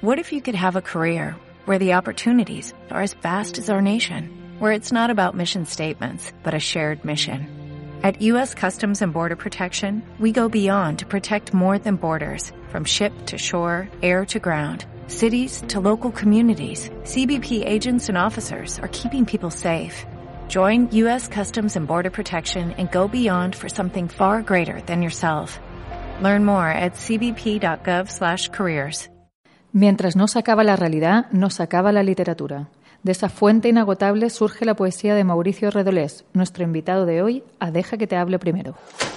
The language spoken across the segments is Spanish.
What if you could have a career where the opportunities are as vast as our nation, where it's not about mission statements, but a shared mission? At U.S. Customs and Border Protection, we go beyond to protect more than borders, from ship to shore, air to ground, cities to local communities. CBP agents and officers are keeping people safe. Join U.S. Customs and Border Protection and go beyond for something far greater than yourself. Learn more at cbp.gov/careers. Mientras no se acaba la realidad, no se acaba la literatura. De esa fuente inagotable surge la poesía de Mauricio Redolés, nuestro invitado de hoy a Deja que te hable primero.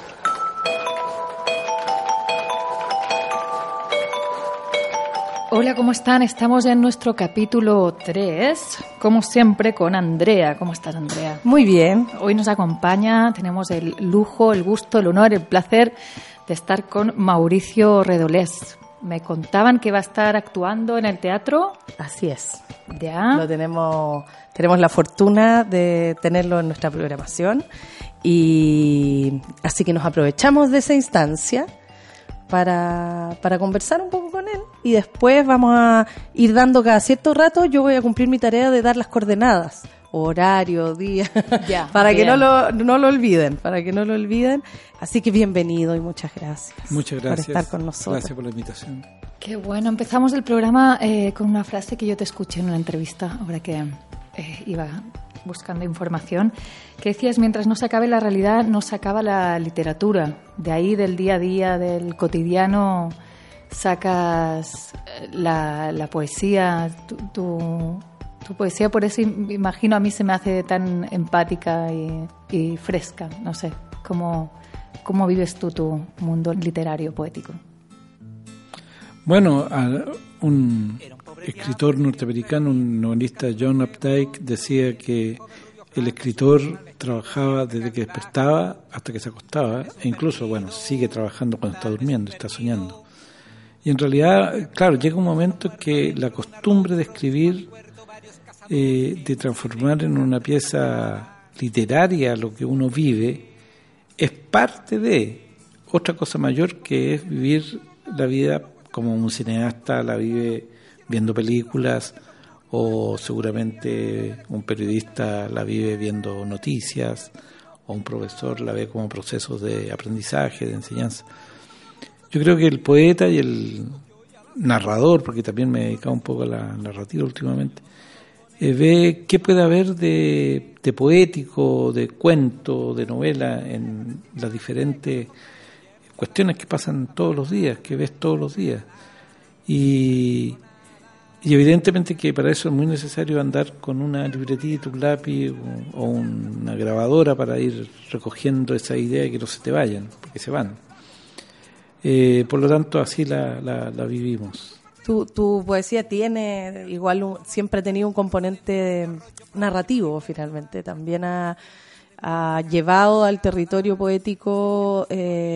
Hola, ¿cómo están? Estamos ya en nuestro capítulo 3, como siempre con Andrea. ¿Cómo estás, Andrea? Muy bien. Hoy nos acompaña, tenemos el lujo, el gusto, el honor, el placer de estar con Mauricio Redolés. Me contaban que va a estar actuando en el teatro. Así es. Ya. Lo tenemos la fortuna de tenerlo en nuestra programación y así que nos aprovechamos de esa instancia para conversar un poco con él y después vamos a ir dando cada cierto rato. Yo voy a cumplir mi tarea de dar las coordenadas, horario, día, ya, para bien. que no lo olviden, Así que bienvenido y muchas gracias. Muchas gracias por estar con nosotros. Gracias por la invitación. Qué bueno. Empezamos el programa con una frase que yo te escuché en una entrevista, ahora que iba buscando información, que decías: mientras no se acabe la realidad, no se acaba la literatura. De ahí, del día a día, del cotidiano, sacas la poesía, tu poesía. Por eso, imagino, a mí se me hace tan empática y fresca. No sé, ¿cómo vives tú tu mundo literario, poético? Bueno, un escritor norteamericano, un novelista, John Updike, decía que el escritor trabajaba desde que despertaba hasta que se acostaba, e incluso, sigue trabajando cuando está durmiendo, está soñando. Y en realidad, claro, llega un momento que la costumbre de escribir, de transformar en una pieza literaria lo que uno vive, es parte de otra cosa mayor, que es vivir la vida como un cineasta la vive viendo películas, o seguramente un periodista la vive viendo noticias, o un profesor la ve como procesos de aprendizaje, de enseñanza. Yo creo que el poeta y el narrador, porque también me he dedicado un poco a la narrativa últimamente, ve qué puede haber de poético, de cuento, de novela en las diferentes cuestiones que pasan todos los días, que ves todos los días. Y evidentemente que para eso es muy necesario andar con una libretita, un lápiz o una grabadora para ir recogiendo esa idea y que no se te vayan, porque se van. Por lo tanto, así la vivimos. Tu poesía tiene siempre ha tenido un componente narrativo, finalmente. También ha llevado al territorio poético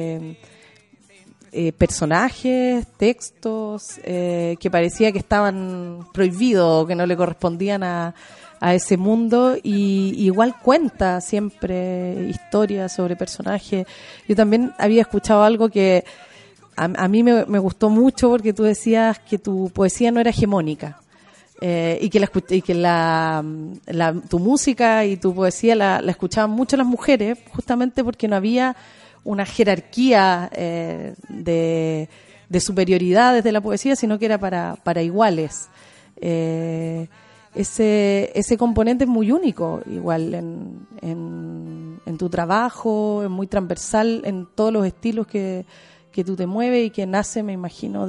personajes, textos que parecía que estaban prohibidos o que no le correspondían a ese mundo, y igual cuenta siempre historias sobre personajes. Yo también había escuchado algo que a mí me gustó mucho, porque tú decías que tu poesía no era hegemónica, y que tu música y tu poesía la escuchaban mucho las mujeres, justamente porque no había una jerarquía de superioridad desde la poesía, sino que era para iguales. Ese componente es muy único, igual en tu trabajo, es muy transversal en todos los estilos que tú te mueves, y que nace, me imagino,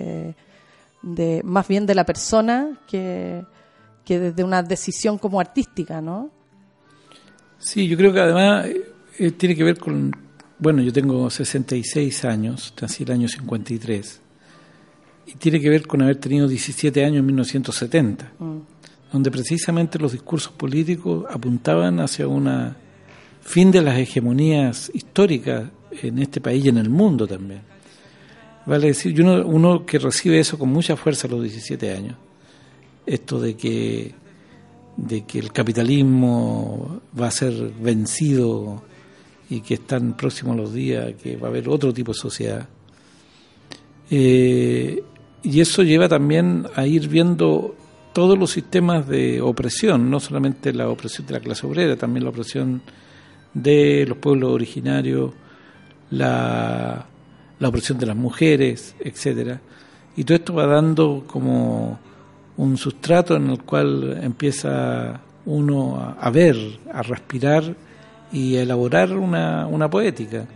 más bien de la persona que desde una decisión como artística, ¿no? Sí, yo creo que además tiene que ver con... yo tengo 66 años, nací el año 53, y tiene que ver con haber tenido 17 años en 1970, donde precisamente los discursos políticos apuntaban hacia una fin de las hegemonías históricas en este país y en el mundo también. Vale decir, uno que recibe eso con mucha fuerza a los 17 años, esto de que el capitalismo va a ser vencido y que están próximos los días que va a haber otro tipo de sociedad, y Y eso lleva también a ir viendo todos los sistemas de opresión, no solamente la opresión de la clase obrera, también la opresión de los pueblos originarios, la opresión de las mujeres, etcétera. Y todo esto va dando como un sustrato en el cual empieza uno a ver, a respirar y a elaborar una poética.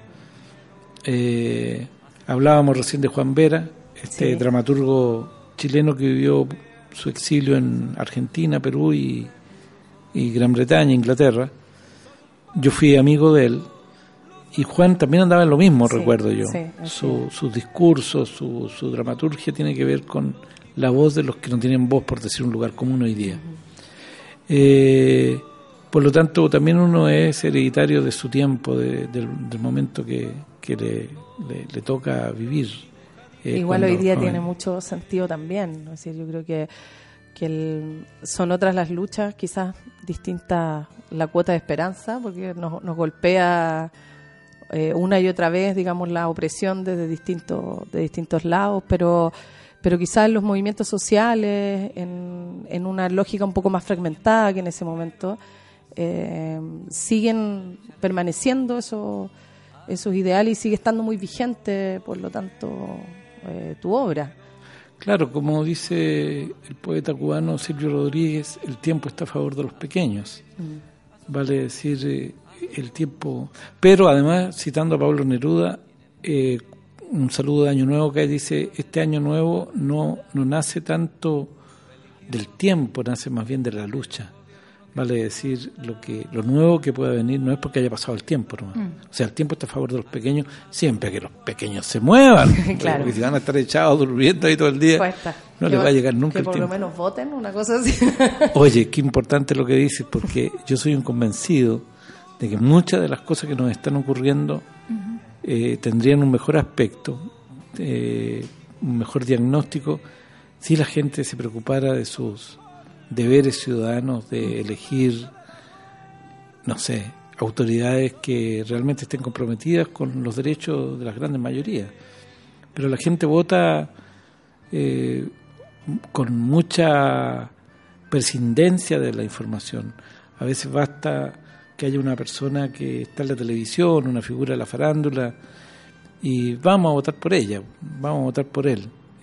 Hablábamos recién de Juan Vera, este dramaturgo chileno que vivió su exilio en Argentina, Perú y Gran Bretaña, Inglaterra. Yo fui amigo de él y Juan también andaba en lo mismo, recuerdo yo. Sus discursos, su dramaturgia tiene que ver con la voz de los que no tienen voz, por decir un lugar común hoy día. Por lo tanto, también uno es hereditario de su tiempo, del momento que le toca vivir. Igual hoy día tiene mucho sentido también, ¿no? Es decir, yo creo que son otras las luchas, quizás distintas la cuota de esperanza, porque nos golpea una y otra vez, digamos, la opresión desde distintos lados, pero quizás en los movimientos sociales, en una lógica un poco más fragmentada que en ese momento, siguen permaneciendo esos ideales y sigue estando muy vigente, por lo tanto, tu obra. Claro, como dice el poeta cubano Silvio Rodríguez, el tiempo está a favor de los pequeños. Vale decir, el tiempo... Pero además, citando a Pablo Neruda, un saludo de Año Nuevo, que dice, este Año Nuevo no nace tanto del tiempo, nace más bien de la lucha. Vale decir, lo nuevo que pueda venir no es porque haya pasado el tiempo, ¿no? O sea, el tiempo está a favor de los pequeños, siempre que los pequeños se muevan. Claro. Porque si van a estar echados durmiendo ahí todo el día, no les va a llegar nunca el tiempo. Que por lo menos voten, una cosa así. Oye, qué importante lo que dices, porque yo soy un convencido de que muchas de las cosas que nos están ocurriendo tendrían un mejor aspecto, un mejor diagnóstico, si la gente se preocupara de sus deberes ciudadanos, de elegir, no sé, autoridades que realmente estén comprometidas con los derechos de las grandes mayorías. Pero la gente vota con mucha prescindencia de la información. A veces basta que haya una persona que está en la televisión, una figura de la farándula, y vamos a votar por ella, vamos a votar por él.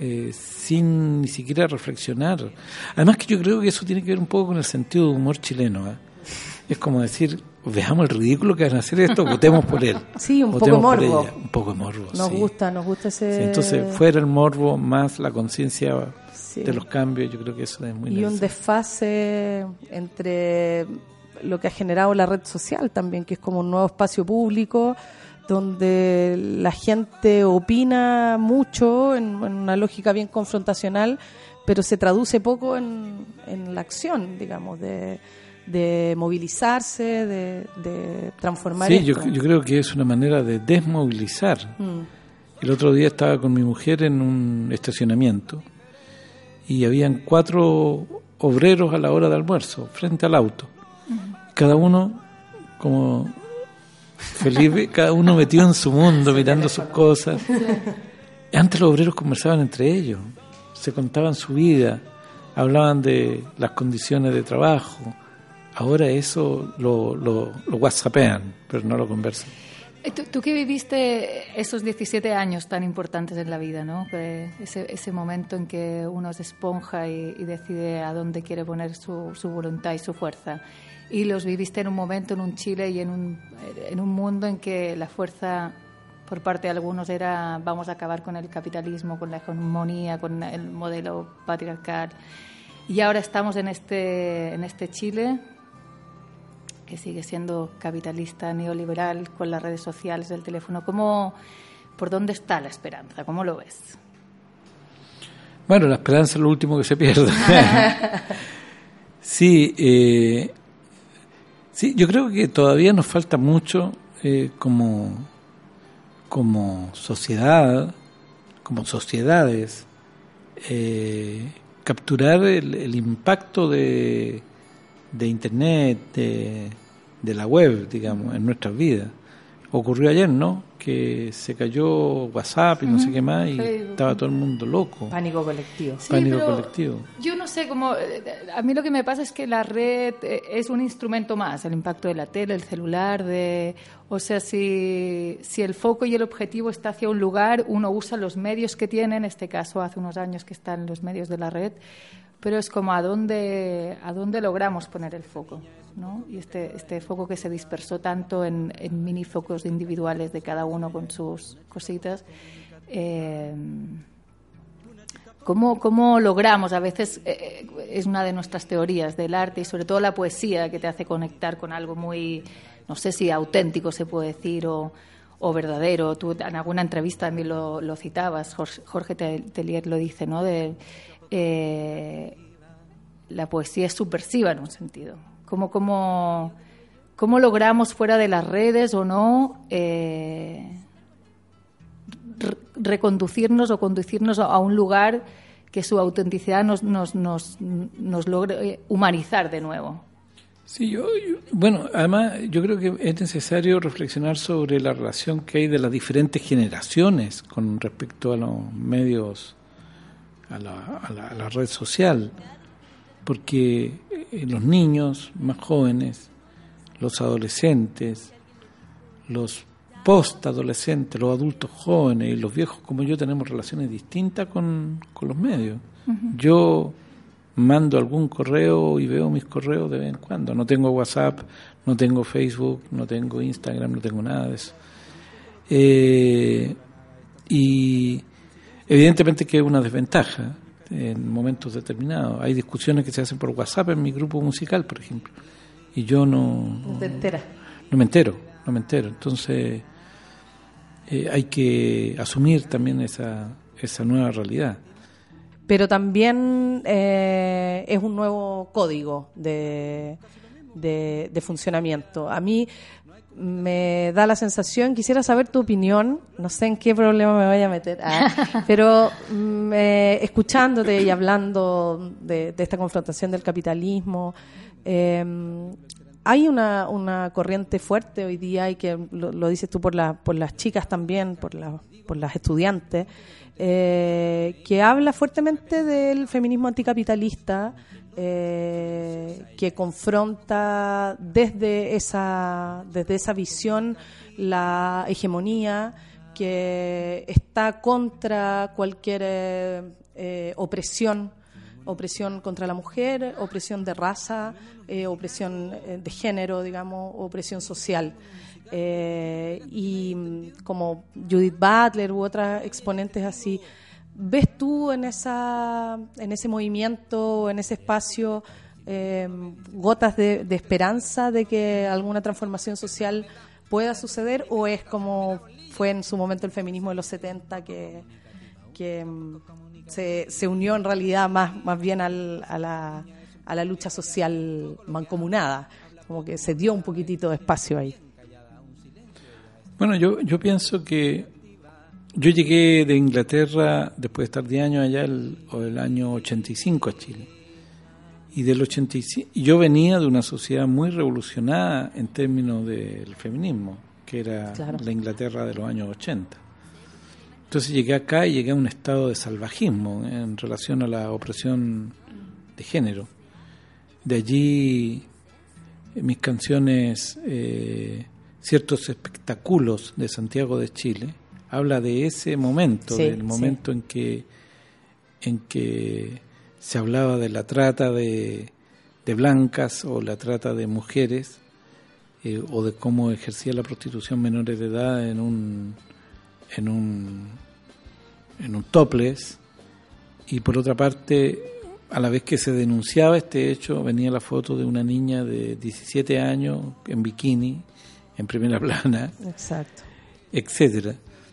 Sin ni siquiera reflexionar. Además que yo creo que eso tiene que ver un poco con el sentido de humor chileno, ¿eh? Es como decir, veamos el ridículo que van a hacer esto, votemos por él. Sí, un poco morbo. Un poco de morbo, nos gusta ese... Sí, entonces, fuera el morbo, más la conciencia de los cambios, yo creo que eso es muy necesario. Y un desfase entre lo que ha generado la red social también, que es como un nuevo espacio público, donde la gente opina mucho en una lógica bien confrontacional, pero se traduce poco en la acción, digamos, de movilizarse, de transformar esto. Sí, yo creo que es una manera de desmovilizar. El otro día estaba con mi mujer en un estacionamiento y habían 4 obreros a la hora de almuerzo, frente al auto. Cada uno como... Felipe, cada uno metido en su mundo, mirando sus cosas. Antes los obreros conversaban entre ellos, se contaban su vida, hablaban de las condiciones de trabajo. Ahora eso lo whatsappean, pero no lo conversan. Tú que viviste esos 17 años tan importantes en la vida, ¿no? Ese momento en que uno se esponja y decide a dónde quiere poner su voluntad y su fuerza. Y los viviste en un momento, en un Chile y en un mundo en que la fuerza por parte de algunos era vamos a acabar con el capitalismo, con la hegemonía, con el modelo patriarcal. Y ahora estamos en este Chile que sigue siendo capitalista, neoliberal, con las redes sociales, el teléfono. ¿Por dónde está la esperanza? ¿Cómo lo ves? Bueno, la esperanza es lo último que se pierde. Sí, sí, yo creo que todavía nos falta mucho como sociedad, como sociedades, capturar el impacto de Internet, de la web, digamos, en nuestras vidas. ocurrió ayer, ¿no? Que se cayó WhatsApp y no sé qué más, y estaba todo el mundo loco. Pánico colectivo. Sí, Pánico pero colectivo. yo no sé cómo. A mí lo que me pasa es que la red es un instrumento más, el impacto de la tele, el celular, o sea, si el foco y el objetivo está hacia un lugar, uno usa los medios que tiene, en este caso hace unos años que están los medios de la red, pero es como a dónde logramos poner el foco, ¿no? Y este foco que se dispersó tanto en mini focos individuales de cada uno con sus cositas, ¿cómo logramos? A veces es una de nuestras teorías del arte y sobre todo la poesía, que te hace conectar con algo muy, no sé si auténtico se puede decir o verdadero. Tú en alguna entrevista también lo citabas, Jorge Tellier lo dice, ¿no? La poesía es subversiva en un sentido. ¿Cómo logramos fuera de las redes o no reconducirnos o conducirnos a un lugar que su autenticidad nos logre humanizar de nuevo? Sí, bueno, además yo creo que es necesario reflexionar sobre la relación que hay de las diferentes generaciones con respecto a los medios, a la red social, porque los niños más jóvenes, los adolescentes, los post-adolescentes, los adultos jóvenes y los viejos como yo tenemos relaciones distintas con los medios. Uh-huh. Yo mando algún correo y veo mis correos de vez en cuando. No tengo WhatsApp, no tengo Facebook, no tengo Instagram, no tengo nada de eso. Y evidentemente que es una desventaja en momentos determinados. Hay discusiones que se hacen por WhatsApp en mi grupo musical, por ejemplo, y yo no te enteras. No me entero. Entonces hay que asumir también esa nueva realidad. Pero también es un nuevo código de funcionamiento. A mí me da la sensación, quisiera saber tu opinión, no sé en qué problema me vaya a meter, pero escuchándote y hablando de esta confrontación del capitalismo, hay una corriente fuerte hoy día, y que lo dices tú por las chicas también, por las estudiantes, que habla fuertemente del feminismo anticapitalista, que confronta desde esa visión la hegemonía, que está contra cualquier opresión contra la mujer, opresión de raza, opresión de género, digamos, opresión social. Y como Judith Butler u otras exponentes así, ¿ves tú en ese movimiento, en ese espacio, gotas de esperanza de que alguna transformación social pueda suceder, o es como fue en su momento el feminismo de los 70 que se unió en realidad más bien a la lucha social mancomunada, como que se dio un poquitito de espacio ahí? Bueno, yo pienso que yo llegué de Inglaterra después de estar 10 años allá el año 85 a Chile, y del 85 yo venía de una sociedad muy revolucionada en términos del feminismo, que era claro, la Inglaterra de los años 80. Entonces llegué acá y llegué a un estado de salvajismo en relación a la opresión de género. De allí mis canciones, ciertos espectáculos de Santiago de Chile, habla de ese momento, del momento en que se hablaba de la trata de blancas o la trata de mujeres, o de cómo ejercía la prostitución menores de edad en un topless. Y por otra parte, a la vez que se denunciaba este hecho, venía la foto de una niña de 17 años en bikini, en primera plana, exacto, etcétera.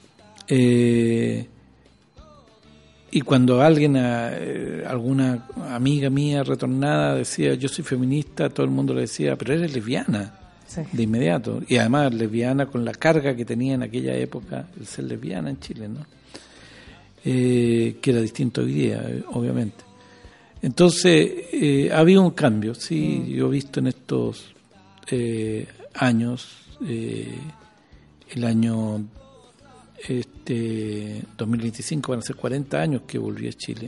Y cuando alguna amiga mía retornada decía yo soy feminista, todo el mundo le decía pero eres lesbiana, sí, de inmediato. Y además lesbiana con la carga que tenía en aquella época el ser lesbiana en Chile, ¿no? Que era distinto hoy día, obviamente. Entonces ha habido un cambio, sí. Yo he visto en estos años el año 2025 van a ser 40 años que volví a Chile.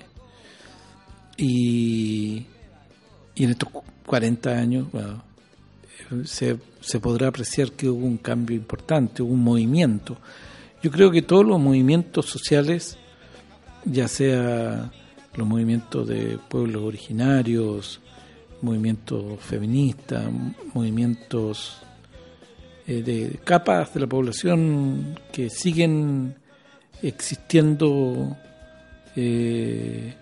Y en estos 40 años, bueno, se podrá apreciar que hubo un cambio importante, hubo un movimiento. Yo creo que todos los movimientos sociales, ya sea los movimientos de pueblos originarios, movimientos feministas, movimientos de capas de la población que siguen existiendo en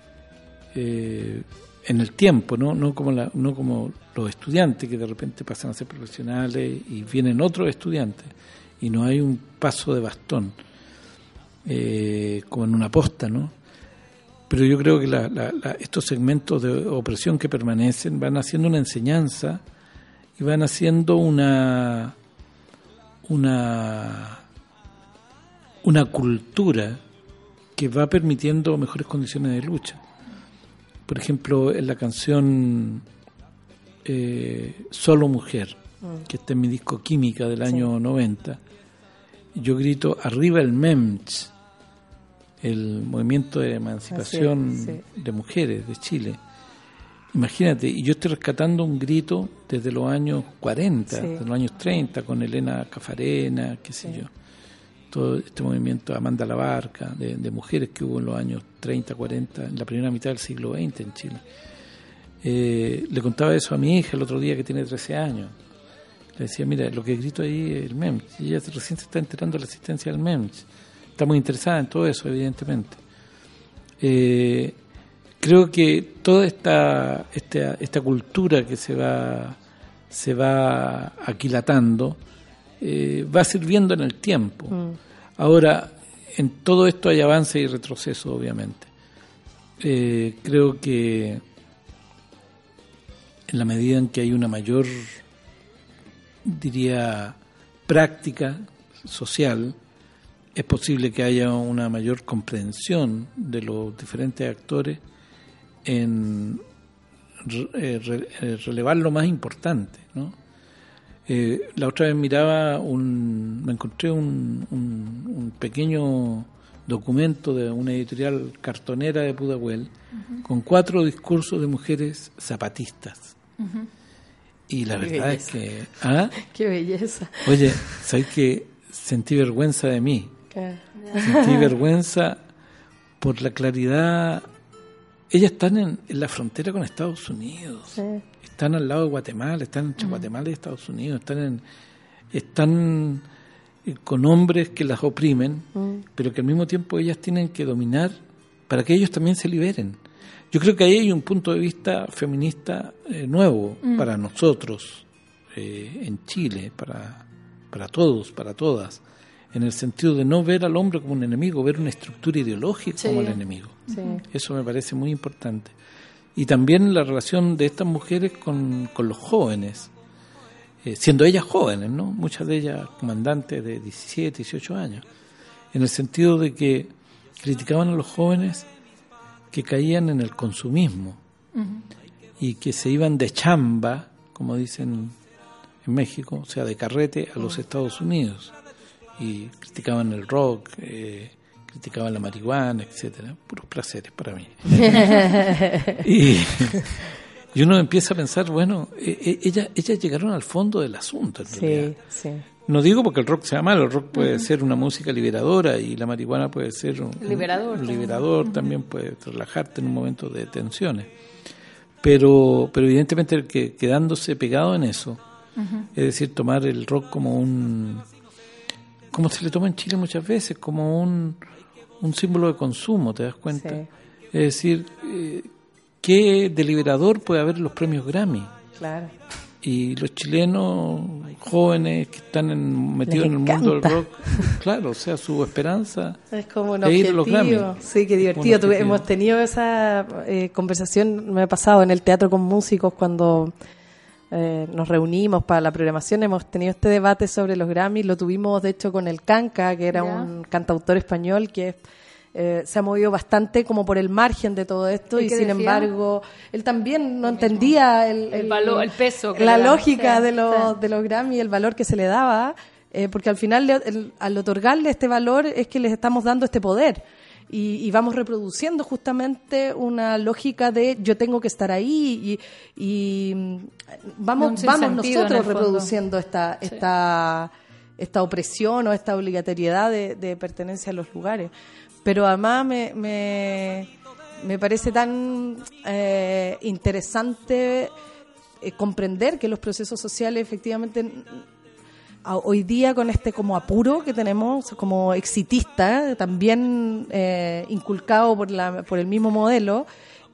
el tiempo, no como los estudiantes que de repente pasan a ser profesionales y vienen otros estudiantes y no hay un paso de bastón como en una posta, ¿no? Pero yo creo que estos segmentos de opresión que permanecen van haciendo una enseñanza y van haciendo una cultura que va permitiendo mejores condiciones de lucha. Por ejemplo, en la canción Solo Mujer, que está en mi disco Química del año 90, yo grito arriba el MEMS, el movimiento de emancipación de mujeres de Chile. Imagínate, y yo estoy rescatando un grito desde los años 40, desde los años 30, con Elena Cafarena, qué sé yo. Todo este movimiento, Amanda Labarca, de mujeres que hubo en los años 30, 40, en la primera mitad del siglo XX en Chile. Le contaba eso a mi hija el otro día, que tiene 13 años. Le decía, mira, lo que grito ahí es el MEMS. Y ella recién se está enterando de la existencia del MEMS. Está muy interesada en todo eso, evidentemente. Creo que toda esta cultura que se va aquilatando va sirviendo en el tiempo. Ahora, en todo esto hay avance y retroceso, obviamente. Creo que en la medida en que hay una mayor, diría, práctica social, es posible que haya una mayor comprensión de los diferentes actores en relevar lo más importante, ¿no? La otra vez me encontré un pequeño documento de una editorial cartonera de Pudahuel con 4 discursos de mujeres zapatistas. Y la verdad es que... ¡Qué belleza! Oye, ¿sabes qué? Sentí vergüenza de mí. Sentí vergüenza por la claridad. Ellas están en la frontera con Estados Unidos, están al lado de Guatemala, están entre Guatemala y Estados Unidos, están con hombres que las oprimen, pero que al mismo tiempo ellas tienen que dominar para que ellos también se liberen. Yo creo que ahí hay un punto de vista feminista nuevo para nosotros en Chile, para todos, para todas, en el sentido de no ver al hombre como un enemigo, ver una estructura ideológica como el enemigo. Eso me parece muy importante. Y también la relación de estas mujeres con los jóvenes, siendo ellas jóvenes, ¿no? Muchas de ellas comandantes de 17, 18 años, en el sentido de que criticaban a los jóvenes que caían en el consumismo y que se iban de chamba, como dicen en México, o sea, de carrete a los Estados Unidos, y criticaban el rock, criticaban la marihuana, etcétera, puros placeres para mí. y uno empieza a pensar, bueno, ellas llegaron al fondo del asunto, en realidad. No digo porque el rock sea malo, el rock puede ser una música liberadora y la marihuana puede ser un liberador, también puede relajarte en un momento de tensiones. Pero evidentemente el que quedándose pegado en eso, es decir, tomar el rock como como se le toma en Chile muchas veces, como un símbolo de consumo, ¿te das cuenta? Es decir, ¿qué de liberador puede haber en los premios Grammy? Claro. Y los chilenos jóvenes que están metidos en el mundo del rock, claro, o sea, su esperanza es como un es ir a los Grammy. Sí, qué divertido. Hemos tenido esa conversación, me ha pasado en el teatro con músicos cuando nos reunimos para la programación, hemos tenido este debate sobre los Grammy, lo tuvimos de hecho con el Canca, que era un cantautor español que se ha movido bastante como por el margen de todo esto y sin embargo él también no entendía el valor, el peso, la lógica de los Grammy, el valor que se le daba. porque al final al otorgarle este valor es que les estamos dando este poder. Y vamos reproduciendo justamente una lógica de yo tengo que estar ahí y vamos nosotros reproduciendo esta opresión o esta obligatoriedad de pertenencia a los lugares. Pero además me parece tan interesante comprender que los procesos sociales efectivamente hoy día con este como apuro que tenemos como exitista, también inculcado por el mismo modelo,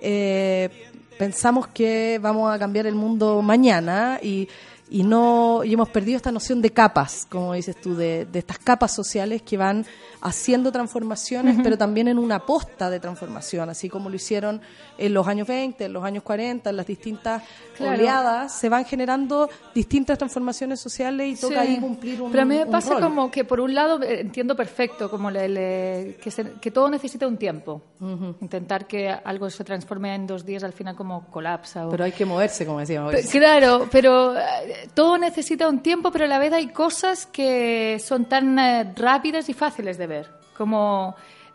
pensamos que vamos a cambiar el mundo mañana y hemos perdido esta noción de capas, como dices tú, de estas capas sociales que van haciendo transformaciones, pero también en una posta de transformación, así como lo hicieron en los años 20, en los años 40, en las distintas oleadas, se van generando distintas transformaciones sociales y toca ahí cumplir un rol. Pero a mí me pasa como que por un lado entiendo perfecto como que todo necesita un tiempo. Intentar que algo se transforme en 2 días al final como colapsa. Pero hay que moverse, como decíamos. Claro, pero todo necesita un tiempo, pero a la vez hay cosas que son tan rápidas y fáciles de ver, como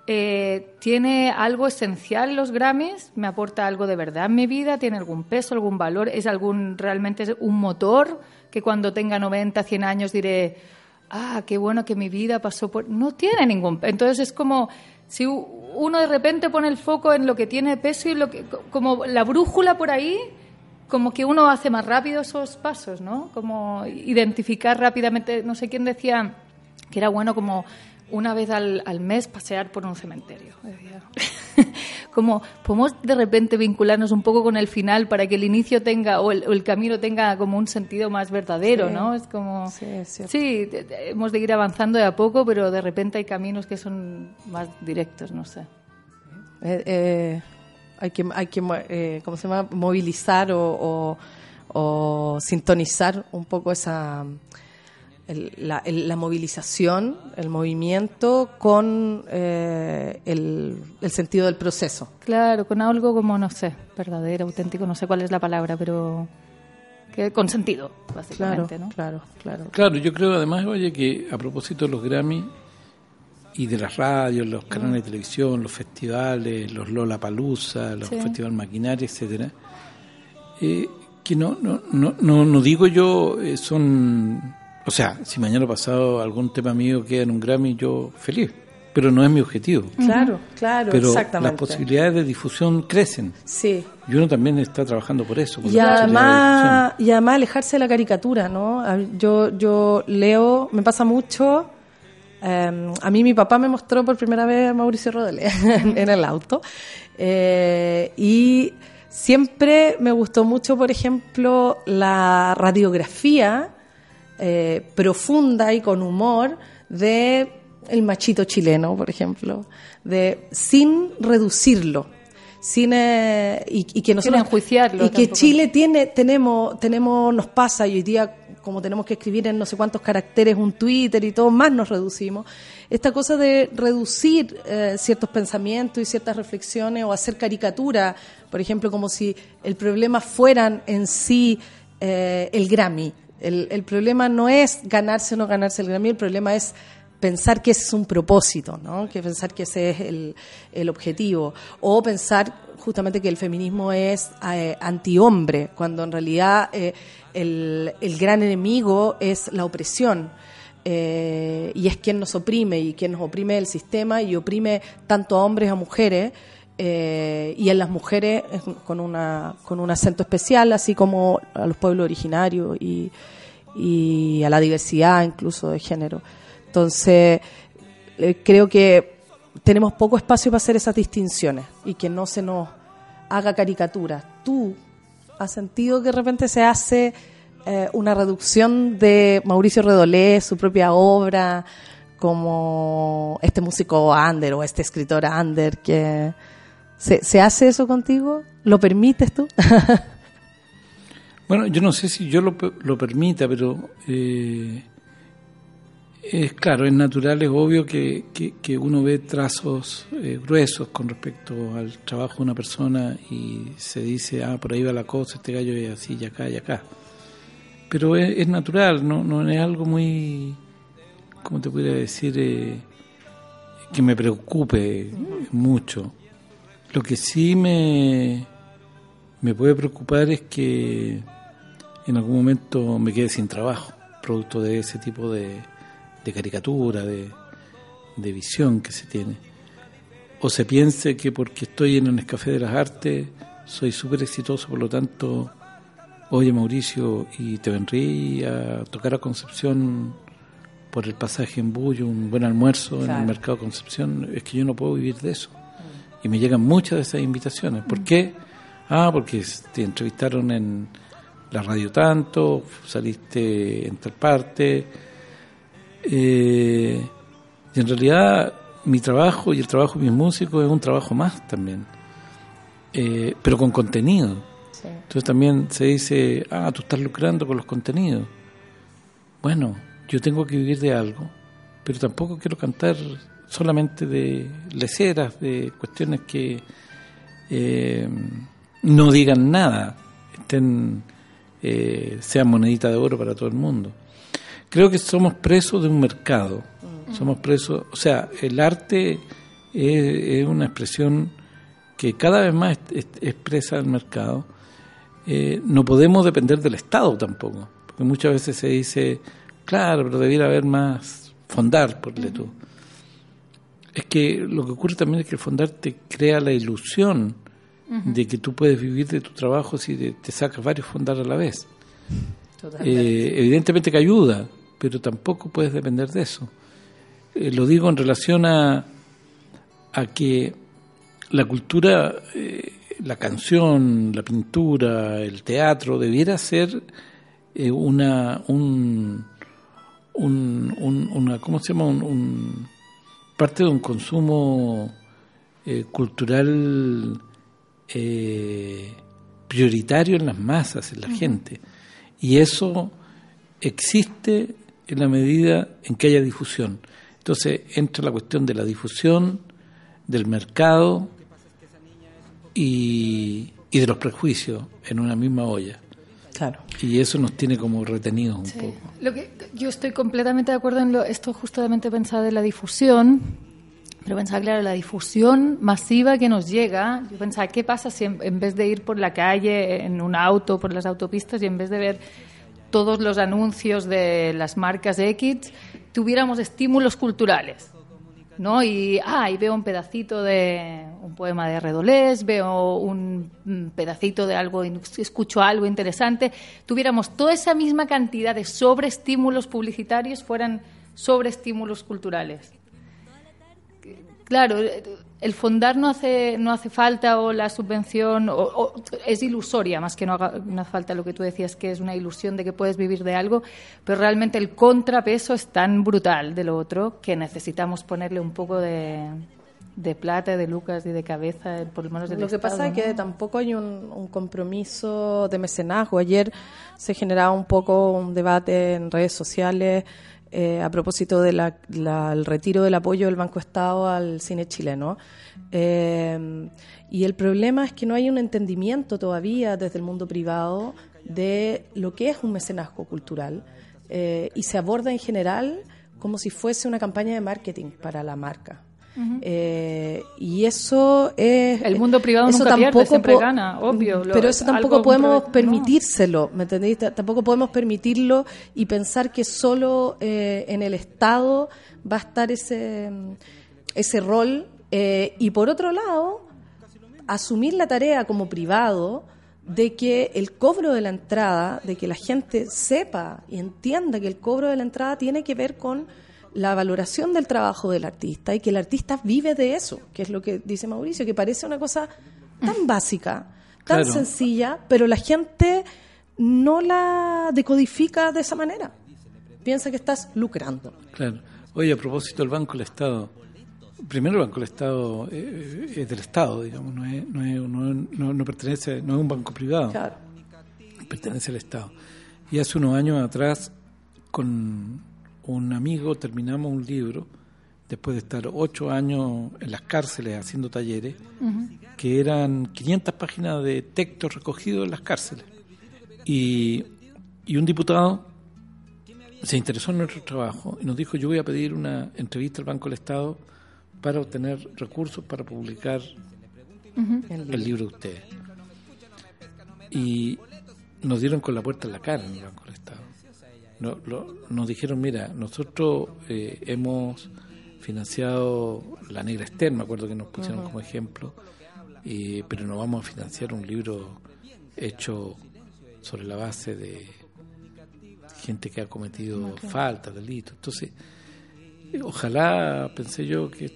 tiene algo esencial los Grammys, me aporta algo de verdad en mi vida, tiene algún peso, algún valor, realmente es un motor que cuando tenga 90, 100 años diré, qué bueno que mi vida pasó por... No tiene ningún... Entonces es como si uno de repente pone el foco en lo que tiene peso y como la brújula por ahí, como que uno hace más rápido esos pasos, ¿no? Como identificar rápidamente, no sé quién decía que era bueno como una vez al mes pasear por un cementerio. Como podemos de repente vincularnos un poco con el final para que el inicio tenga o el camino tenga como un sentido más verdadero, ¿no? Es como sí, hemos de ir avanzando de a poco, pero de repente hay caminos que son más directos, no sé. Hay que ¿cómo se llama? Movilizar o sintonizar un poco la movilización, el movimiento con el sentido del proceso. Claro, con algo como, no sé, verdadero, auténtico, no sé cuál es la palabra, pero que con sentido, básicamente, ¿no? Claro, yo creo además, oye, que a propósito de los Grammy y de las radios, los canales de televisión, los festivales, los Lollapalooza, los festivales Maquinaria, etcétera, que no digo yo son... O sea, si mañana pasado algún tema mío queda en un Grammy, yo feliz, pero no es mi objetivo. Claro, pero exactamente. Las posibilidades de difusión crecen. Sí. Y uno también está trabajando por eso. Y además alejarse de la caricatura, ¿no? Yo leo, me pasa mucho. A mí mi papá me mostró por primera vez a Mauricio Rodolé en el auto. Y siempre me gustó mucho, por ejemplo, la radiografía profunda y con humor de el machito chileno, por ejemplo, sin reducirlo, y que nosotros enjuiciarlo, y que Chile nos pasa, y hoy día como tenemos que escribir en no sé cuántos caracteres un Twitter y todo, más nos reducimos. Esta cosa de reducir ciertos pensamientos y ciertas reflexiones o hacer caricatura, por ejemplo, como si el problema fueran en sí el Grammy. El problema no es ganarse o no ganarse el Grammy, el problema es pensar que ese es un propósito, ¿no? Que pensar que ese es el objetivo, o pensar justamente que el feminismo es antihombre, cuando en realidad el gran enemigo es la opresión, y es quien nos oprime, y quien nos oprime el sistema y oprime tanto a hombres a mujeres, y en las mujeres con un acento especial, así como a los pueblos originarios y a la diversidad incluso de género. Entonces creo que tenemos poco espacio para hacer esas distinciones y que no se nos haga caricatura. ¿Tú has sentido que de repente se hace una reducción de Mauricio Rodolé, su propia obra, como este músico under o este escritor under, que se hace eso contigo? ¿Lo permites tú? Bueno, yo no sé si yo lo permita, pero es claro, es natural, es obvio que uno ve trazos gruesos con respecto al trabajo de una persona y se dice, por ahí va la cosa, este gallo es así, y acá, y acá. Pero es natural, no es algo muy ¿cómo te podría decir? Que me preocupe mucho. Lo que sí me puede preocupar es que en algún momento me quede sin trabajo, producto de ese tipo de caricatura, de visión que se tiene. O se piense que porque estoy en el Nescafé de las Artes soy súper exitoso, por lo tanto, oye Mauricio, y te vendrí a tocar a Concepción por el pasaje en bus y un buen almuerzo en el mercado de Concepción. Es que yo no puedo vivir de eso. Y me llegan muchas de esas invitaciones. ¿Por qué? Porque te entrevistaron en la radio tanto, saliste en tal parte. Y en realidad mi trabajo y el trabajo de mis músicos es un trabajo más también, pero con contenido. Sí. Entonces también se dice, tú estás lucrando con los contenidos. Bueno, yo tengo que vivir de algo, pero tampoco quiero cantar solamente de leceras, de cuestiones que no digan nada, sean monedita de oro para todo el mundo. Creo que somos presos de un mercado. Somos presos, o sea, el arte es una expresión que cada vez más expresa el mercado. No podemos depender del Estado tampoco, porque muchas veces se dice, claro, pero debiera haber más fondar, ponle tú. Es que lo que ocurre también es que el fondar te crea la ilusión de que tú puedes vivir de tu trabajo si te sacas varios fondar a la vez. Evidentemente que ayuda, pero tampoco puedes depender de eso. Lo digo en relación a que la cultura, la canción, la pintura, el teatro, debiera ser una ¿cómo se llama? Parte de un consumo cultural prioritario en las masas, en la gente. Y eso existe en la medida en que haya difusión. Entonces entra la cuestión de la difusión, del mercado y de los prejuicios en una misma olla. Claro. Y eso nos tiene como retenidos un poco. Yo estoy completamente de acuerdo en esto, justamente pensaba de la difusión, pero pensaba, claro, la difusión masiva que nos llega. Yo pensaba, ¿qué pasa si en vez de ir por la calle, en un auto, por las autopistas, y en vez de ver todos los anuncios de las marcas X, tuviéramos estímulos culturales, ¿no? Y veo un pedacito de un poema de Redolés, veo un pedacito de algo, escucho algo interesante, tuviéramos toda esa misma cantidad de sobreestímulos publicitarios, fueran sobreestímulos culturales. Claro, el fondar no hace falta, o la subvención o es ilusoria, más que no hace falta, lo que tú decías, que es una ilusión de que puedes vivir de algo, pero realmente el contrapeso es tan brutal de lo otro que necesitamos ponerle un poco de plata, de lucas y de cabeza, por lo menos del Lo que Estado, pasa es que tampoco hay un compromiso de mecenazgo. Ayer se generaba un poco un debate en redes sociales a propósito del retiro del apoyo del Banco Estado al cine chileno. Y el problema es que no hay un entendimiento todavía desde el mundo privado de lo que es un mecenazgo cultural, y se aborda en general como si fuese una campaña de marketing para la marca. Y eso es... El mundo privado nunca pierde, siempre gana, obvio. Pero eso tampoco podemos permitírselo, ¿me entendéis? Tampoco podemos permitirlo y pensar que solo en el Estado va a estar ese rol. Y por otro lado, asumir la tarea como privado de que el cobro de la entrada, de que la gente sepa y entienda que el cobro de la entrada tiene que ver con la valoración del trabajo del artista y que el artista vive de eso, que es lo que dice Mauricio, que parece una cosa tan básica, tan sencilla, pero la gente no la decodifica de esa manera. Piensa que estás lucrando. Claro. Oye, a propósito del Banco del Estado, primero el Banco del Estado es del Estado, digamos, no pertenece, no es un banco privado, claro, pertenece al Estado. Y hace unos años atrás, con un amigo terminamos un libro, después de estar 8 años en las cárceles haciendo talleres, que eran 500 páginas de textos recogidos en las cárceles. Y un diputado se interesó en nuestro trabajo y nos dijo, yo voy a pedir una entrevista al Banco del Estado para obtener recursos para publicar el libro de ustedes. Y nos dieron con la puerta en la cara en el Banco del Estado. Nos dijeron, mira, nosotros hemos financiado La Negra Esther, me acuerdo que nos pusieron como ejemplo, pero no vamos a financiar un libro hecho sobre la base de gente que ha cometido faltas, delitos. Entonces, ojalá, pensé yo, que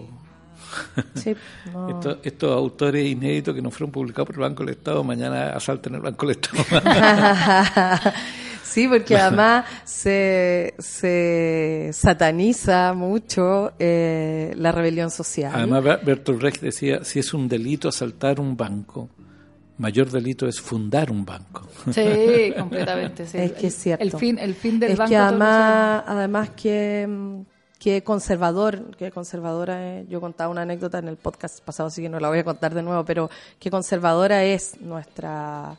estos autores inéditos que no fueron publicados por el Banco del Estado mañana asalten el Banco del Estado. Sí, porque además se sataniza mucho la rebelión social. Además, Bertolt Brecht decía, si es un delito asaltar un banco, mayor delito es fundar un banco. Sí, completamente. Sí. Es que es cierto. El fin del banco. Es que además que conservadora, yo contaba una anécdota en el podcast pasado, así que no la voy a contar de nuevo, pero que conservadora es nuestra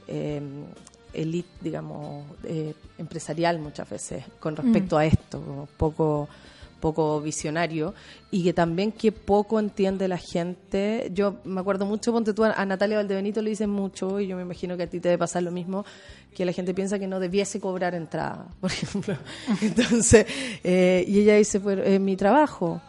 élite, digamos, empresarial muchas veces con respecto a esto, poco visionario, y que también que poco entiende la gente. Yo me acuerdo mucho, ponte tú, a Natalia Valdebenito le dicen mucho, y yo me imagino que a ti te debe pasar lo mismo, que la gente piensa que no debiese cobrar entrada, por ejemplo. Entonces, y ella dice, pues, mi trabajo.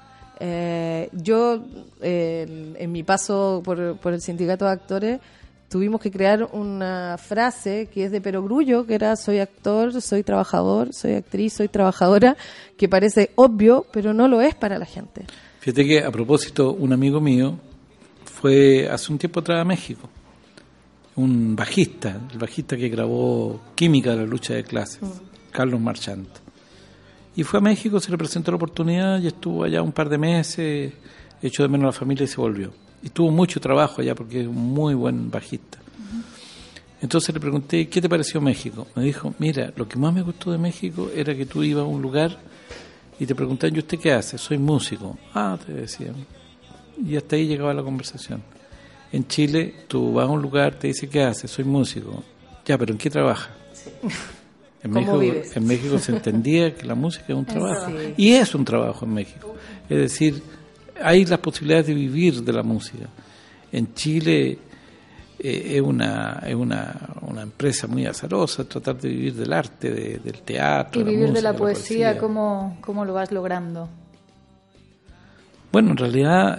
Yo, en mi paso por el sindicato de actores, tuvimos que crear una frase que es de Perogrullo, que era: soy actor, soy trabajador, soy actriz, soy trabajadora, que parece obvio, pero no lo es para la gente. Fíjate que, a propósito, un amigo mío fue hace un tiempo atrás a México, un bajista, el bajista que grabó Química de la lucha de clases, Carlos Marchant. Y fue a México, se le presentó la oportunidad y estuvo allá un par de meses, echó de menos a la familia y se volvió. Y tuvo mucho trabajo allá porque es un muy buen bajista. Entonces le pregunté, ¿qué te pareció México? Me dijo, mira, lo que más me gustó de México era que tú ibas a un lugar y te preguntaban, ¿y usted qué hace? Soy músico. Ah, te decían. Y hasta ahí llegaba la conversación. En Chile, tú vas a un lugar, te dice, ¿qué hace? Soy músico. Ya, pero ¿en qué trabaja? Sí. En México se entendía que la música es un trabajo. Sí. Y es un trabajo en México. Es decir, hay las posibilidades de vivir de la música. En Chile es una empresa muy azarosa tratar de vivir del arte, del teatro. Y vivir música, de la poesía, ¿cómo lo vas logrando? Bueno, en realidad,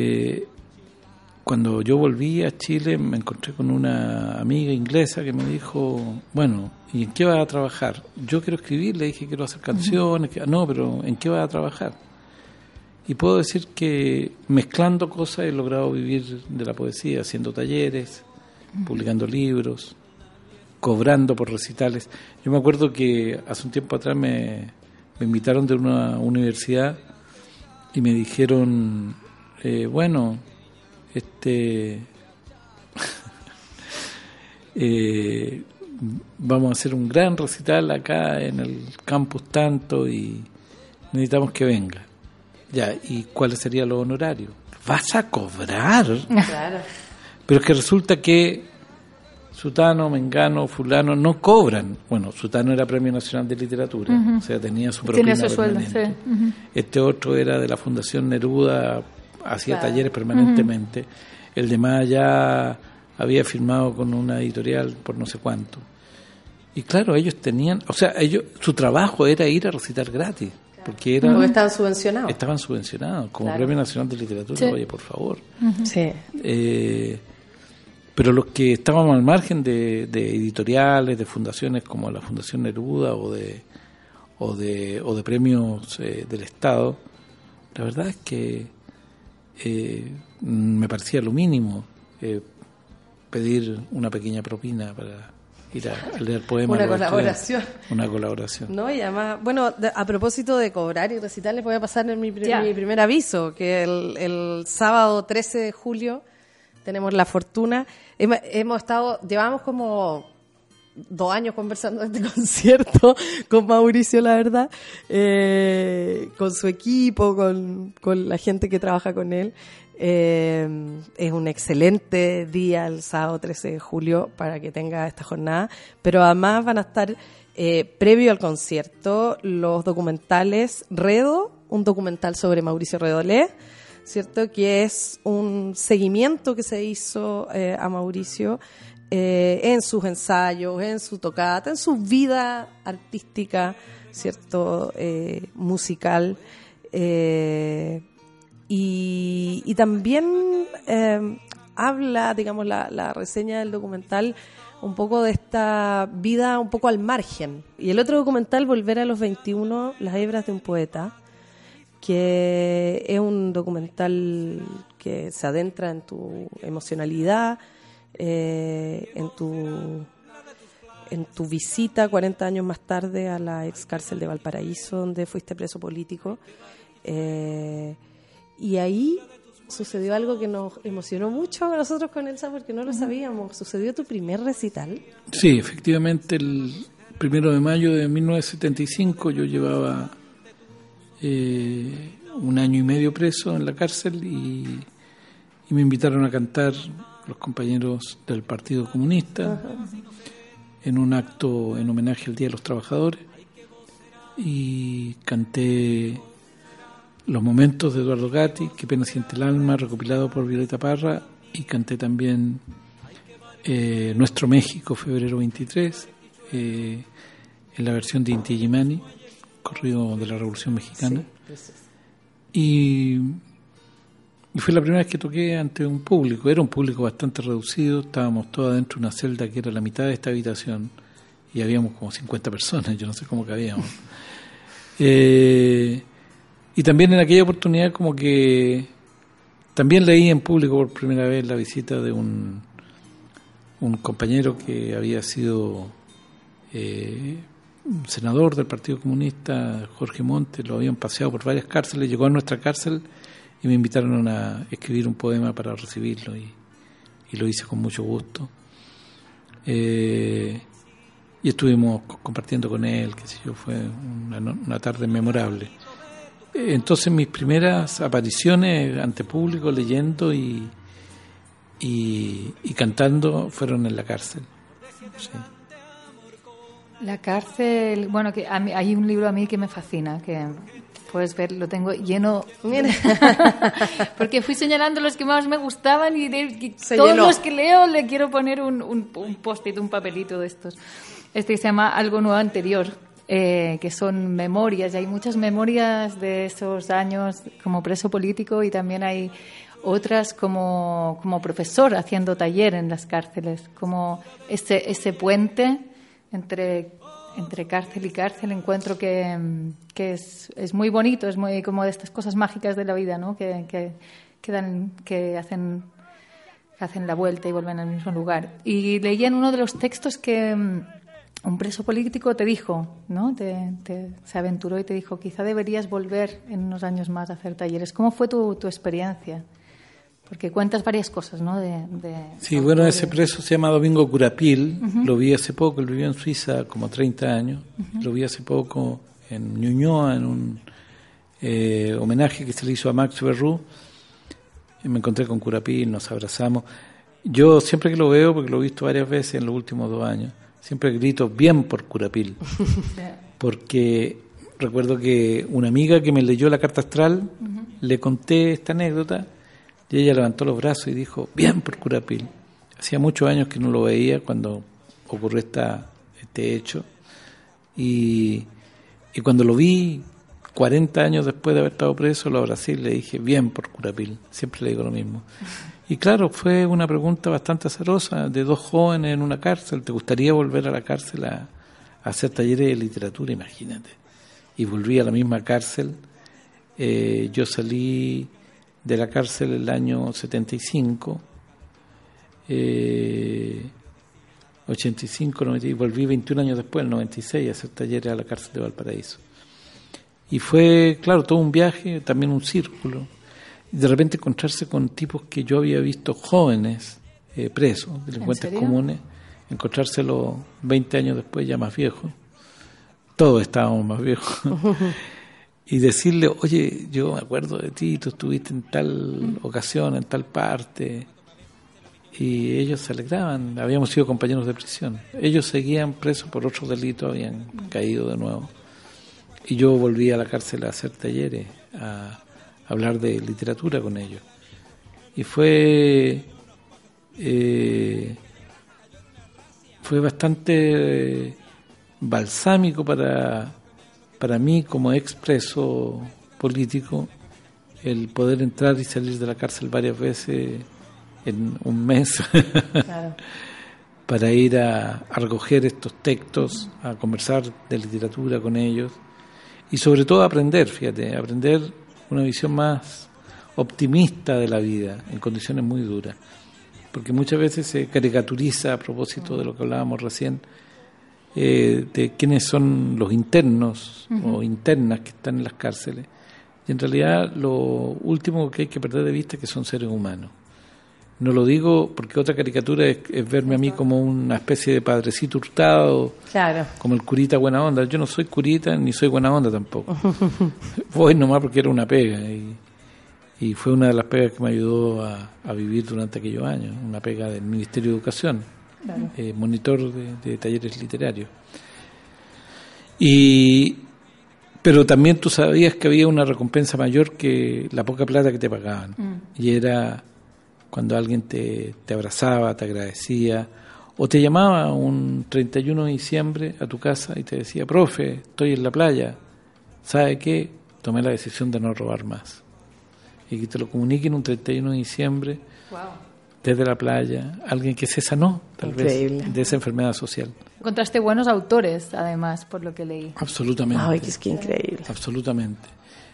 cuando yo volví a Chile me encontré con una amiga inglesa que me dijo, bueno, ¿y en qué vas a trabajar? Yo quiero escribir, le dije, quiero hacer canciones. No, pero ¿en qué vas a trabajar? Y puedo decir que mezclando cosas he logrado vivir de la poesía, haciendo talleres, publicando libros, cobrando por recitales. Yo me acuerdo que hace un tiempo atrás me invitaron de una universidad y me dijeron, bueno, vamos a hacer un gran recital acá en el campus tanto y necesitamos que venga. Ya, ¿y cuáles serían los honorarios? ¿Vas a cobrar? Claro. Pero es que resulta que Sutano, Mengano, Fulano no cobran. Bueno, Sutano era Premio Nacional de Literatura, o sea, tenía su propina permanente. Sueldo, sí. Este otro era de la Fundación Neruda, hacía talleres permanentemente. El demás ya había firmado con una editorial por no sé cuánto. Y claro, ellos tenían, su trabajo era ir a recitar gratis. Porque estaban subvencionados. Estaban subvencionados, como Premio Nacional de Literatura, oye, por favor. Sí. Pero los que estábamos al margen de editoriales, de fundaciones como la Fundación Neruda o de premios del Estado, la verdad es que me parecía lo mínimo pedir una pequeña propina para ir a leer poemas. Una colaboración. No, y además, bueno, a propósito de cobrar y recitar, les voy a pasar mi primer aviso, que el sábado 13 de julio tenemos la fortuna. Llevamos como 2 años conversando de este concierto con Mauricio, la verdad, con su equipo, con la gente que trabaja con él. Es un excelente día el sábado 13 de julio para que tenga esta jornada, pero además van a estar previo al concierto los documentales Redo, un documental sobre Mauricio Redolé, ¿cierto? Que es un seguimiento que se hizo a Mauricio en sus ensayos, en su tocata, en su vida artística, ¿cierto? Musical. Y también habla, digamos, la reseña del documental un poco de esta vida un poco al margen. Y el otro documental, Volver a los 21, Las hebras de un poeta, que es un documental que se adentra en tu emocionalidad, en tu visita 40 años más tarde a la ex cárcel de Valparaíso, donde fuiste preso político. Y ahí sucedió algo que nos emocionó mucho a nosotros con Elsa, porque no lo sabíamos. ¿Sucedió tu primer recital? Sí, efectivamente, el 1 de mayo de 1975 yo llevaba 1 año y medio preso en la cárcel y me invitaron a cantar los compañeros del Partido Comunista en un acto en homenaje al Día de los Trabajadores, y canté Los momentos de Eduardo Gatti, Qué pena siente el alma, recopilado por Violeta Parra, y canté también Nuestro México, febrero 23, en la versión de Inti Illimani, corrido de la Revolución Mexicana. Sí, y fue la primera vez que toqué ante un público. Era un público bastante reducido, estábamos todos dentro de una celda que era la mitad de esta habitación, y habíamos como 50 personas, yo no sé cómo cabíamos. Y también en aquella oportunidad como que también leí en público por primera vez la visita de un compañero que había sido senador del Partido Comunista, Jorge Montes. Lo habían paseado por varias cárceles, llegó a nuestra cárcel y me invitaron a escribir un poema para recibirlo, y lo hice con mucho gusto. Y estuvimos compartiendo con él, qué sé yo, fue una tarde memorable. Entonces mis primeras apariciones ante público leyendo y cantando fueron en la cárcel. Sí. La cárcel, bueno, que hay un libro a mí que me fascina, que puedes ver, lo tengo lleno, porque fui señalando los que más me gustaban y todos llenó. Los que leo le quiero poner un post-it, un papelito de estos. Este se llama Algo nuevo anterior. Que son memorias, y hay muchas memorias de esos años como preso político, y también hay otras como profesor haciendo taller en las cárceles, como ese puente entre cárcel y cárcel. Encuentro que es muy bonito, es muy como de estas cosas mágicas de la vida, ¿no? que hacen la vuelta y vuelven al mismo lugar. Y leía en uno de los textos que un preso político te dijo, ¿no? Se aventuró y te dijo, quizá deberías volver en unos años más a hacer talleres. ¿Cómo fue tu experiencia? Porque cuentas varias cosas, ¿no? Sí, bueno, ese preso se llama Domingo Curapil. Lo vi hace poco, él vivió en Suiza como 30 años. Lo vi hace poco en Ñuñoa, en un homenaje que se le hizo a Max Berrú. Y me encontré con Curapil, nos abrazamos. Yo siempre que lo veo, porque lo he visto varias veces en los últimos 2 años, siempre grito bien por Curapil, porque recuerdo que una amiga que me leyó la carta astral, le conté esta anécdota y ella levantó los brazos y dijo, bien por Curapil. Hacía muchos años que no lo veía cuando ocurrió este hecho, y cuando lo vi 40 años después de haber estado preso, lo abracé y le dije, bien por Curapil. Siempre le digo lo mismo. Y claro, fue una pregunta bastante azarosa de 2 jóvenes en una cárcel. ¿Te gustaría volver a la cárcel a hacer talleres de literatura? Imagínate. Y volví a la misma cárcel. Yo salí de la cárcel el año 75, 85, 90, y volví 21 años después, el 96, a hacer talleres a la cárcel de Valparaíso. Y fue, claro, todo un viaje, también un círculo. Y de repente encontrarse con tipos que yo había visto jóvenes, presos, delincuentes comunes, encontrárselos 20 años después ya más viejos. Todos estábamos más viejos. y decirle, oye, yo me acuerdo de ti, tú estuviste en tal ocasión, en tal parte, y ellos se alegraban. Habíamos sido compañeros de prisión. Ellos seguían presos por otros delitos, habían caído de nuevo, y yo volví a la cárcel a hacer talleres, a hablar de literatura con ellos, y fue bastante balsámico para mí como expreso político el poder entrar y salir de la cárcel varias veces en un mes. Claro. Para ir a recoger estos textos, a conversar de literatura con ellos y sobre todo aprender una visión más optimista de la vida en condiciones muy duras, porque muchas veces se caricaturiza, a propósito de lo que hablábamos recién, de quiénes son los internos o internas que están en las cárceles, y en realidad lo último que hay que perder de vista es que son seres humanos. No lo digo porque otra caricatura es verme a mí como una especie de padrecito hurtado, claro, como el curita buena onda. Yo no soy curita ni soy buena onda tampoco. Voy nomás porque era una pega y fue una de las pegas que me ayudó a vivir durante aquellos años, una pega del Ministerio de Educación, claro, monitor de talleres literarios. Pero también tú sabías que había una recompensa mayor que la poca plata que te pagaban, y era cuando alguien te abrazaba, te agradecía, o te llamaba un 31 de diciembre a tu casa y te decía, profe, estoy en la playa, ¿sabe qué? Tomé la decisión de no robar más. Y que te lo comuniquen un 31 de diciembre, wow, desde la playa, alguien que se sanó, tal Increíble. Vez, de esa enfermedad social. Encontraste buenos autores, además, por lo que leí. Absolutamente. Ay, es que increíble. Absolutamente.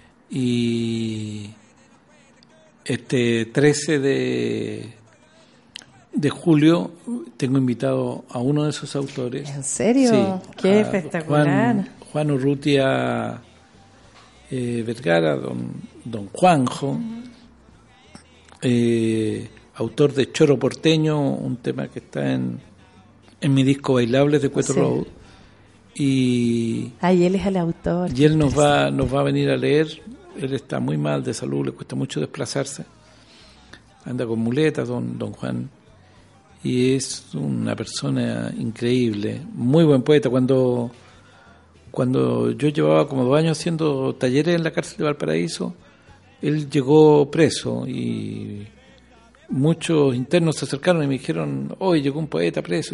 Y este 13 de julio tengo invitado a uno de esos autores. ¿En serio? Sí, qué espectacular. Juan Urrutia Vergara, don Juanjo, autor de Choro Porteño, un tema que está en mi disco Bailables de Cueto Road. Y él es el autor. Y él nos va a venir a leer. Él está muy mal de salud, le cuesta mucho desplazarse. Anda con muletas, don Juan. Y es una persona increíble, muy buen poeta. Cuando yo llevaba como 2 años haciendo talleres en la cárcel de Valparaíso, él llegó preso y muchos internos se acercaron y me dijeron, hoy llegó un poeta preso.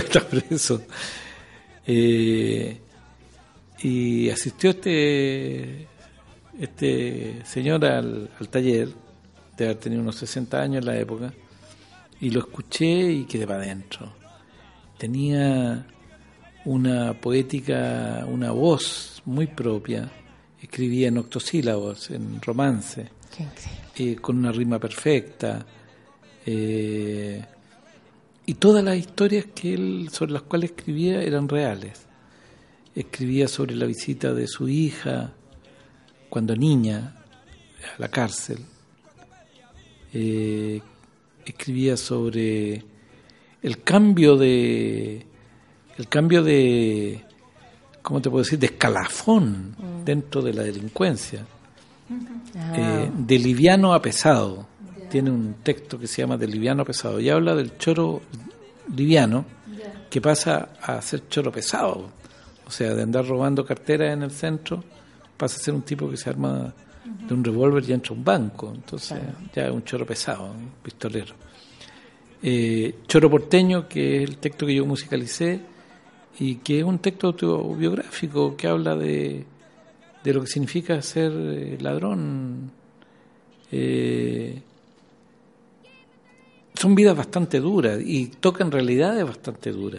Y asistió este señor al taller, de haber tenido unos 60 años en la época, y lo escuché y quedé para adentro. Tenía una poética, una voz muy propia, escribía en octosílabos, en romance, con una rima perfecta, y todas las historias sobre las cuales escribía eran reales. Escribía sobre la visita de su hija cuando niña a la cárcel, escribía sobre el cambio de ¿cómo te puedo decir?, de escalafón dentro de la delincuencia, de liviano a pesado. Tiene un texto que se llama De liviano a pesado y habla del choro liviano que pasa a ser choro pesado, o sea, de andar robando carteras en el centro pasa a ser un tipo que se arma de un revólver y entra a un banco, entonces ya es un choro pesado, un pistolero. Choro Porteño, que es el texto que yo musicalicé y que es un texto autobiográfico que habla de lo que significa ser ladrón. Son vidas bastante duras y tocan realidades bastante duras.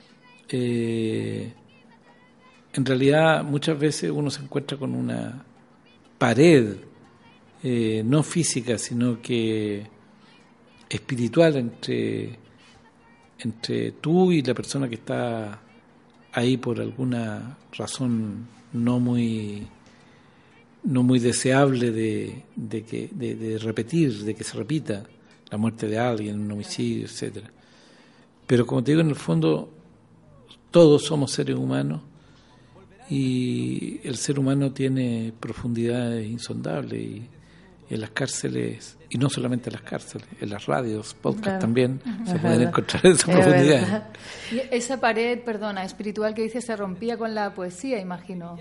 En realidad muchas veces uno se encuentra con una pared, no física, sino que espiritual entre tú y la persona que está ahí por alguna razón no muy deseable de repetir, de que se repita la muerte de alguien, un homicidio, etcétera. Pero como te digo, en el fondo todos somos seres humanos y el ser humano tiene profundidades insondables y en las cárceles, y no solamente en las cárceles, en las radios, podcast también se pueden encontrar esas profundidades. Y esa pared, espiritual que dices, se rompía con la poesía, imagino.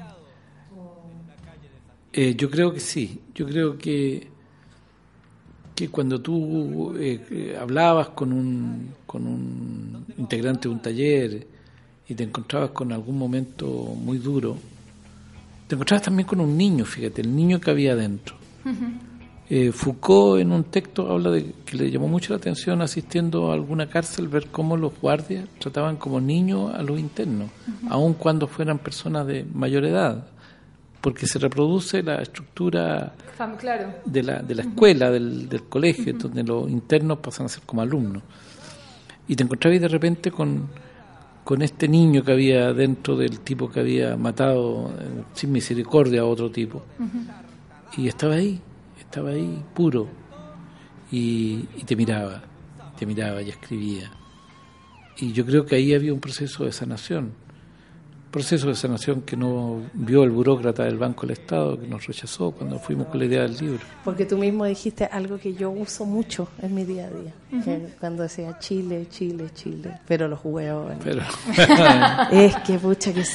Yo creo que sí. Yo creo que cuando tú hablabas con un integrante de un taller y te encontrabas con algún momento muy duro, te encontrabas también con un niño, fíjate, el niño que había adentro. Foucault en un texto habla de que le llamó mucho la atención asistiendo a alguna cárcel ver cómo los guardias trataban como niños a los internos, aun cuando fueran personas de mayor edad, porque se reproduce la estructura de la escuela, del colegio, donde los internos pasan a ser como alumnos. Y te encontrabas de repente con este niño que había dentro del tipo que había matado sin misericordia a otro tipo. Y estaba ahí puro, y te miraba y escribía. Y yo creo que ahí había un proceso de sanación que no vio el burócrata del Banco del Estado, que nos rechazó cuando fuimos con la idea del libro. Porque tú mismo dijiste algo que yo uso mucho en mi día a día, que cuando decía Chile, pero los hueones. Es que pucha que es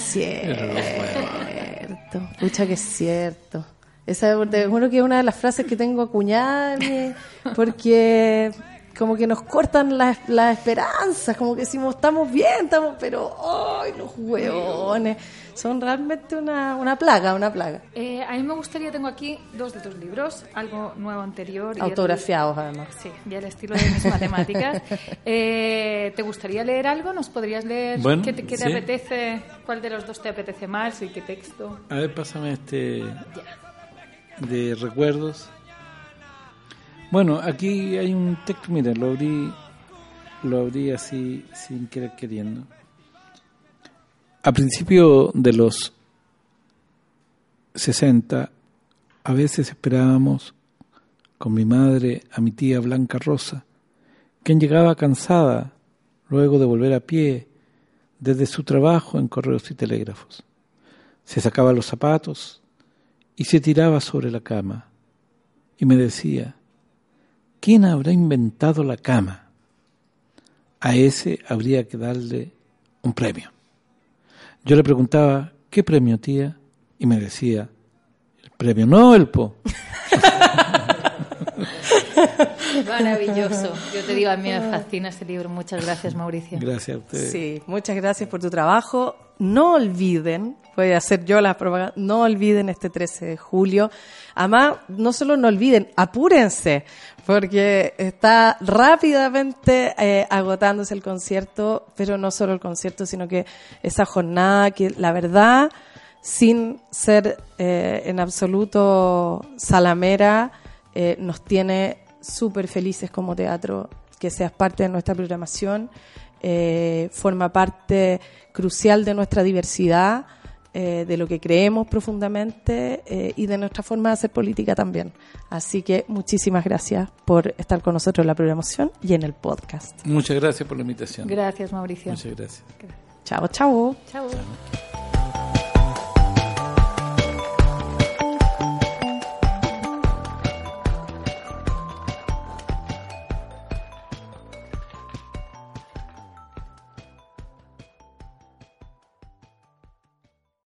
cierto. Esa, te juro que es una de las frases que tengo acuñada, porque como que nos cortan las esperanzas, como que decimos estamos bien, pero ¡ay, los hueones! Son realmente una plaga. A mí me gustaría, tengo aquí 2 de tus libros, algo nuevo anterior. Autografiados, además. Sí, y el estilo de mis matemáticas. ¿Te gustaría leer algo? ¿Nos podrías leer? Bueno, ¿Qué te apetece? ¿Cuál de los 2 te apetece más y qué texto? A ver, pásame de recuerdos. Bueno, aquí hay un texto, mira, lo abrí así sin querer queriendo. A principios de los 60, a veces esperábamos con mi madre a mi tía Blanca Rosa, quien llegaba cansada luego de volver a pie desde su trabajo en correos y telégrafos. Se sacaba los zapatos y se tiraba sobre la cama y me decía: ¿quién habrá inventado la cama? A ese habría que darle un premio. Yo le preguntaba: ¿qué premio, tía? Y me decía: el premio Nobel, po. Maravilloso. Yo te digo, a mí me fascina ese libro. Muchas gracias, Mauricio. Gracias a ustedes. Sí, muchas gracias por tu trabajo. No olviden, voy a hacer yo la propaganda, no olviden este 13 de julio. Además, no solo no olviden, apúrense, porque está rápidamente agotándose el concierto, pero no solo el concierto, sino que esa jornada que, la verdad, sin ser en absoluto salamera, nos tiene súper felices como teatro que seas parte de nuestra programación. Forma parte crucial de nuestra diversidad, de lo que creemos profundamente y de nuestra forma de hacer política también. Así que muchísimas gracias por estar con nosotros en la programación y en el podcast. Muchas gracias por la invitación. Gracias, Mauricio. Muchas gracias. Chao. Chao.